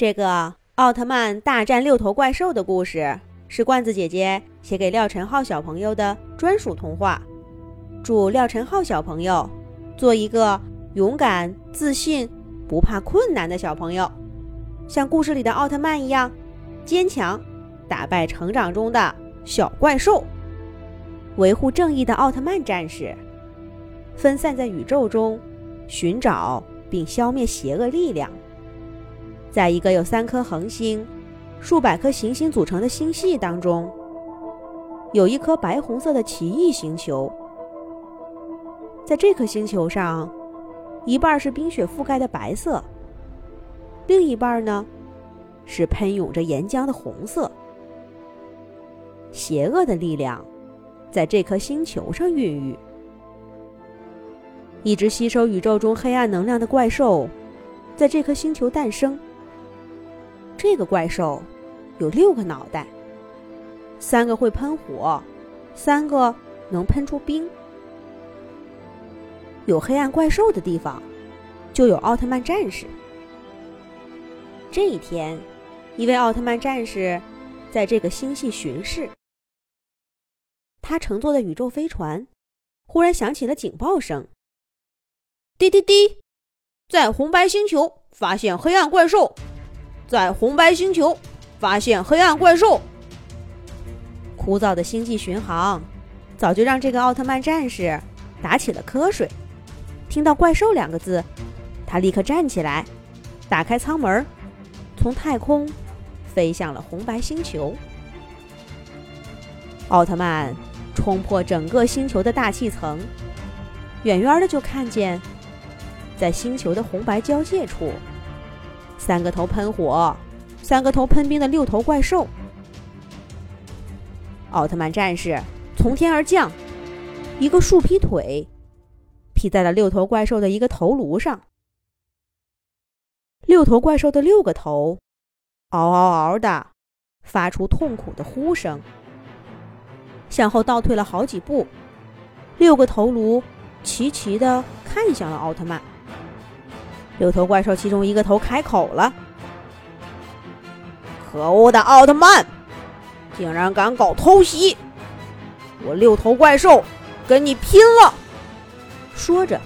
这个奥特曼大战6头怪兽的故事是罐子姐姐写给廖晨浩小朋友的专属童话。祝廖晨浩小朋友做一个勇敢、自信、不怕困难的小朋友，像故事里的奥特曼一样坚强，打败成长中的小怪兽，维护正义的奥特曼战士，分散在宇宙中寻找并消灭邪恶力量。在一个有3颗恒星、数百颗行星组成的星系当中，有一颗白红色的奇异星球。在这颗星球上，一半是冰雪覆盖的白色，另一半呢是喷涌着岩浆的红色。邪恶的力量在这颗星球上孕育。一只吸收宇宙中黑暗能量的怪兽在这颗星球诞生。这个怪兽有6个脑袋，3个会喷火，3个能喷出冰。有黑暗怪兽的地方就有奥特曼战士。这一天，一位奥特曼战士在这个星系巡视，他乘坐的宇宙飞船忽然响起了警报声，滴滴滴，在红白星球发现黑暗怪兽，在红白星球发现黑暗怪兽。枯燥的星际巡航早就让这个奥特曼战士打起了瞌睡。听到怪兽2个字，他立刻站起来，打开舱门，从太空飞向了红白星球。奥特曼冲破整个星球的大气层，远远的就看见在星球的红白交界处，3个头喷火，3个头喷冰的6头怪兽。奥特曼战士从天而降，一个树劈腿劈在了6头怪兽的一个头颅上。6头怪兽的6个头嗷嗷嗷的发出痛苦的呼声，向后倒退了好几步，6个头颅齐齐地看向了奥特曼。6头怪兽其中一个头开口了：可恶的奥特曼，竟然敢搞偷袭，我6头怪兽跟你拼了！说着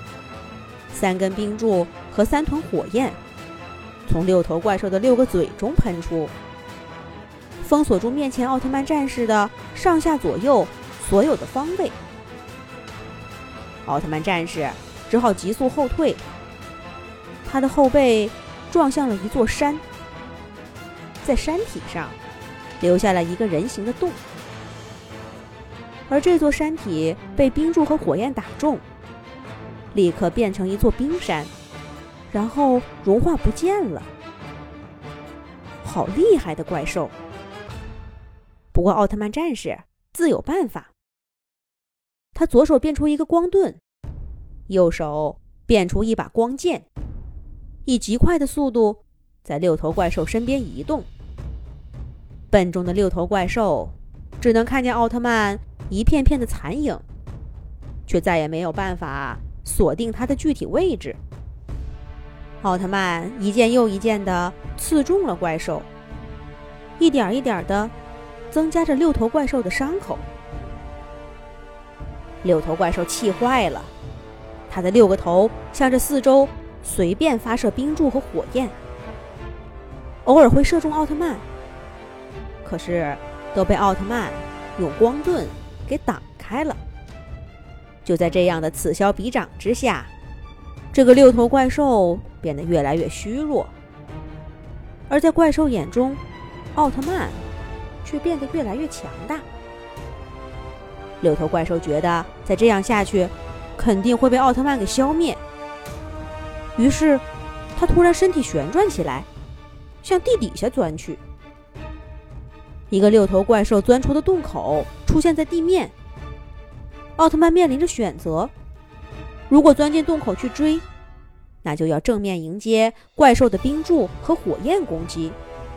，3根冰柱和3团火焰从6头怪兽的6个嘴中喷出，封锁住面前奥特曼战士的上下左右所有的方位。奥特曼战士只好急速后退，他的后背撞向了一座山，在山体上留下了一个人形的洞，而这座山体被冰柱和火焰打中，立刻变成一座冰山，然后融化不见了。好厉害的怪兽！不过奥特曼战士自有办法，他左手变出一个光盾，右手变出一把光剑，以极快的速度在6头怪兽身边移动。笨重的6头怪兽只能看见奥特曼一片片的残影，却再也没有办法锁定他的具体位置。奥特曼一剑又一剑地刺中了怪兽，一点一点地增加着6头怪兽的伤口。6头怪兽气坏了，他的6个头向着四周随便发射冰柱和火焰，偶尔会射中奥特曼，可是都被奥特曼用光盾给挡开了。就在这样的此消彼长之下，这个6头怪兽变得越来越虚弱，而在怪兽眼中，奥特曼却变得越来越强大。6头怪兽觉得再这样下去肯定会被奥特曼给消灭，于是他突然身体旋转起来，向地底下钻去。一个6头怪兽钻出的洞口出现在地面，奥特曼面临着选择，如果钻进洞口去追，那就要正面迎接怪兽的冰柱和火焰攻击。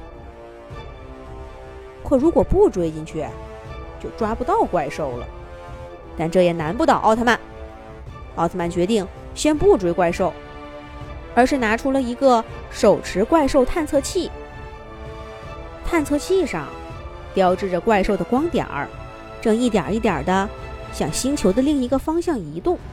可如果不追进去，就抓不到怪兽了。但这也难不倒奥特曼。奥特曼决定先不追怪兽，而是拿出了一个手持怪兽探测器探测器上标志着怪兽的光点儿，正一点一点地向星球的另一个方向移动。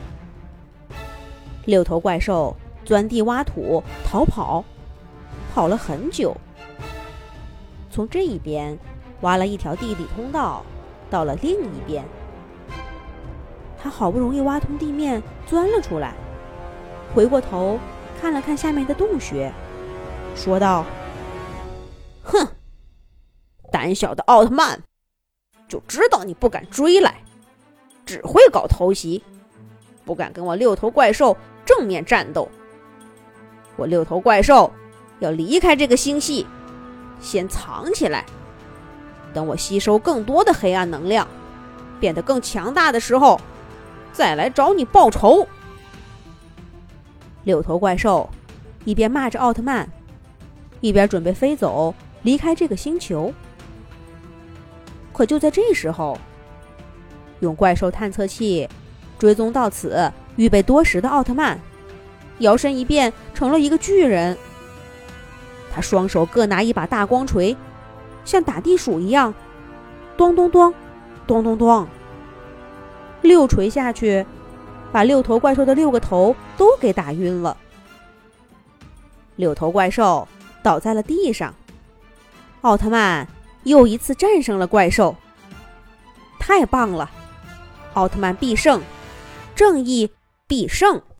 六头怪兽钻地挖土逃跑，跑了很久，从这一边挖了一条地底通道，到了另一边。他好不容易挖通地面，钻了出来，回过头看了看下面的洞穴，说道：“哼，胆小的奥特曼，就知道你不敢追来，只会搞偷袭，不敢跟我六头怪兽正面战斗。我六头怪兽要离开这个星系，先藏起来，等我吸收更多的黑暗能量，变得更强大的时候，再来找你报仇。”六头怪兽一边骂着奥特曼，一边准备飞走，离开这个星球。可就在这时候，用怪兽探测器追踪到此预备多时的奥特曼，摇身一变成了一个巨人。他双手各拿一把大光锤，像打地鼠一样，咚咚咚，咚咚咚，6锤下去，把六头怪兽的6个头都给打晕了。六头怪兽倒在了地上，奥特曼又一次战胜了怪兽。太棒了，奥特曼必胜，正义必胜。